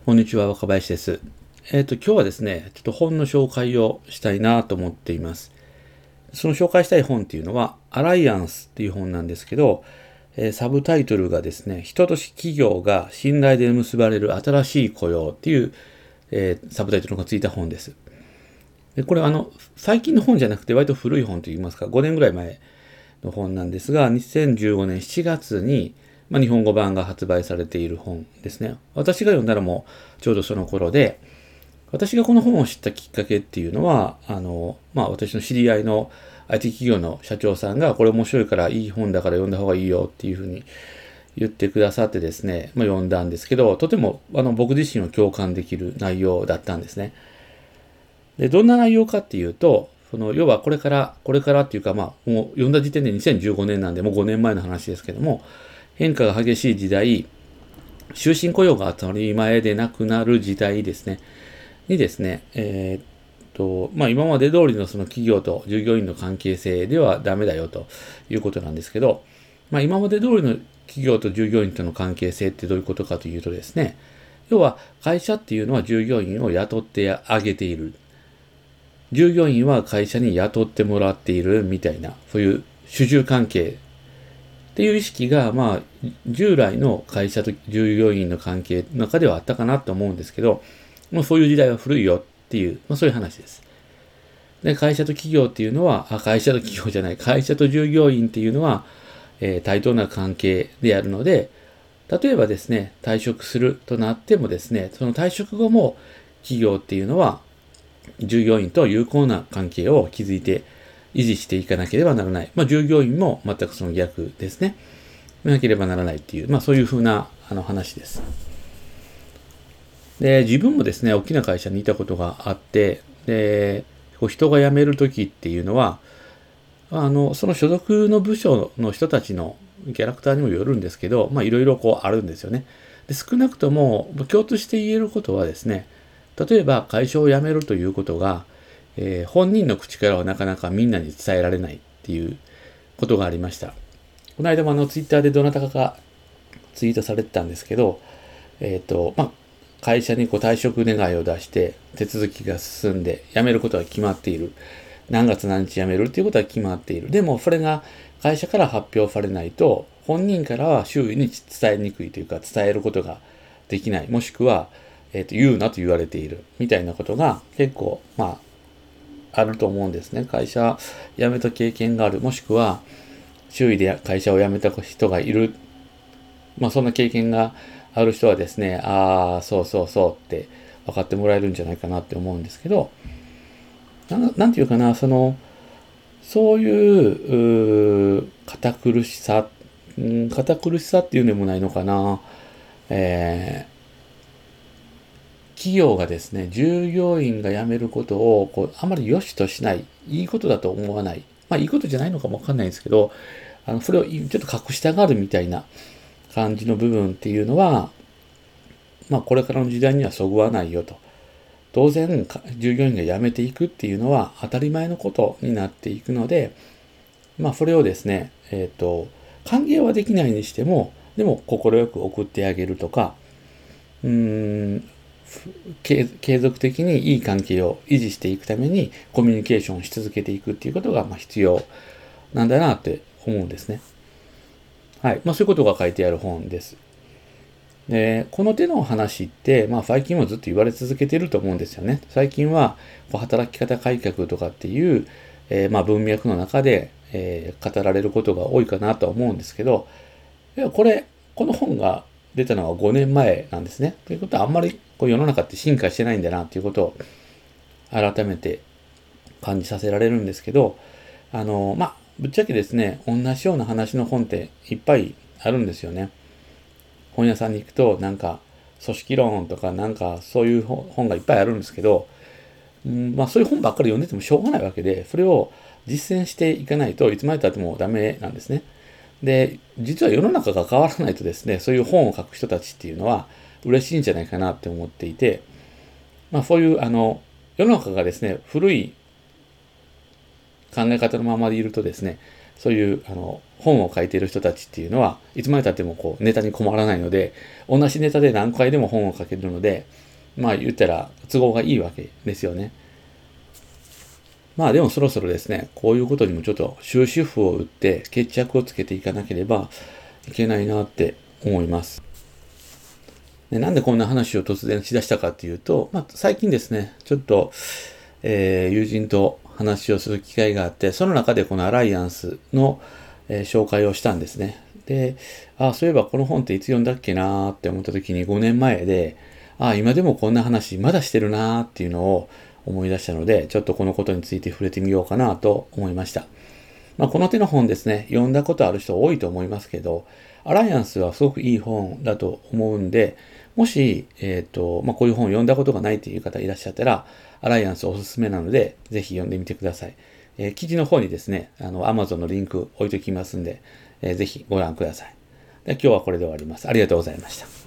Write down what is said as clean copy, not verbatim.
こんにちは、若林です。今日はですね、ちょっと本の紹介をしたいなと思っています。その紹介したい本っていうのは、アライアンスっていう本なんですけど、サブタイトルがですね、人と企業が信頼で結ばれる新しい雇用っていう、サブタイトルがついた本です。で、これは最近の本じゃなくて割と古い本といいますか、5年ぐらい前の本なんですが、2015年7月に、日本語版が発売されている本ですね。私が読んだらもうちょうどその頃で、私がこの本を知ったきっかけっていうのは、私の知り合いの IT 企業の社長さんが、これ面白いからいい本だから読んだ方がいいよっていうふうに言ってくださってですね、読んだんですけど、とても僕自身を共感できる内容だったんですね。で、どんな内容かっていうと、要はこれからっていうか、もう読んだ時点で2015年なんで、もう5年前の話ですけども、変化が激しい時代、終身雇用が当たり前でなくなる時代ですね。にですね、今まで通りのその企業と従業員の関係性ではダメだよということなんですけど、今まで通りの企業と従業員との関係性ってどういうことかというとですね、要は会社っていうのは従業員を雇ってあげている。従業員は会社に雇ってもらっているみたいな、そういう主従関係っていう意識が、従来の会社と従業員の関係の中ではあったかなと思うんですけど、もうそういう時代は古いよっていう、そういう話です。で、会社と企業っていうのは、会社と企業じゃない、会社と従業員っていうのは、対等な関係であるので、例えばですね、退職するとなってもですね、その退職後も企業っていうのは、従業員と有効な関係を築いて維持していかなければならない。従業員も全くその逆ですね。なければならないっていう、そういうふうな話です。で、自分もですね、大きな会社にいたことがあって、で、人が辞めるときっていうのは、その所属の部署の人たちのキャラクターにもよるんですけど、いろいろあるんですよね。で、少なくとも共通して言えることはですね、例えば会社を辞めるということが、本人の口からはなかなかみんなに伝えられないっていうことがありました。この間もツイッターでどなたかがツイートされてたんですけど、会社に退職願いを出して手続きが進んで辞めることが決まっている。何月何日辞めるっていうことは決まっている。でもそれが会社から発表されないと本人からは周囲に伝えにくいというか伝えることができない。もしくは、言うなと言われているみたいなことが結構あると思うんですね。会社辞めた経験がある。もしくは周囲で会社を辞めた人がいる。そんな経験がある人はですね、ああ、そうそうそうって分かってもらえるんじゃないかなって思うんですけど、なんていうかな、そういう、堅苦しさ、堅苦しさっていうのもないのかな、企業がですね、従業員が辞めることをあまり良しとしない、いいことだと思わない。いいことじゃないのかもわかんないですけど、それをちょっと隠したがるみたいな感じの部分っていうのは、これからの時代にはそぐわないよと。当然、従業員が辞めていくっていうのは当たり前のことになっていくので、それをですね、歓迎はできないにしても、でも快く送ってあげるとか、継続的にいい関係を維持していくためにコミュニケーションをし続けていくっていうことが必要なんだなって思うんですね。はい。そういうことが書いてある本です。で、この手の話って、最近もずっと言われ続けていると思うんですよね。最近は、働き方改革とかっていう、文脈の中で、語られることが多いかなとは思うんですけど、この本が出たのは5年前なんですね。ということは、あんまり世の中って進化してないんだなということを改めて感じさせられるんですけど、ぶっちゃけですね、同じような話の本っていっぱいあるんですよね。本屋さんに行くと組織論とかそういう本がいっぱいあるんですけど、そういう本ばっかり読んでてもしょうがないわけで、それを実践していかないといつまでたってもダメなんですね。で、実は世の中が変わらないとですね、そういう本を書く人たちっていうのは嬉しいんじゃないかなって思っていて、そういう世の中がですね、古い考え方のままでいるとですね、 そういう本を書いている人たちっていうのはいつまでたってもこうネタに困らないので、同じネタで何回でも本を書けるので、まあ言ったら都合がいいわけですよね。まあでもそろそろですね、こういうことにもちょっと終止符を打って決着をつけていかなければいけないなって思います。で、なんでこんな話を突然しだしたかっていうと、最近ですね、ちょっと、友人と話をする機会があって、その中でこのアライアンスの、紹介をしたんですね。で、そういえばこの本っていつ読んだっけなーって思った時に5年前で、今でもこんな話まだしてるなーっていうのを思い出したので、ちょっとこのことについて触れてみようかなと思いました。この手の本ですね、読んだことある人多いと思いますけど、アライアンスはすごくいい本だと思うんで、もし、こういう本を読んだことがないという方いらっしゃったら、アライアンスおすすめなので、ぜひ読んでみてください。記事の方にですね、Amazon のリンク置いておきますんで、ぜひご覧ください。で、今日はこれで終わります。ありがとうございました。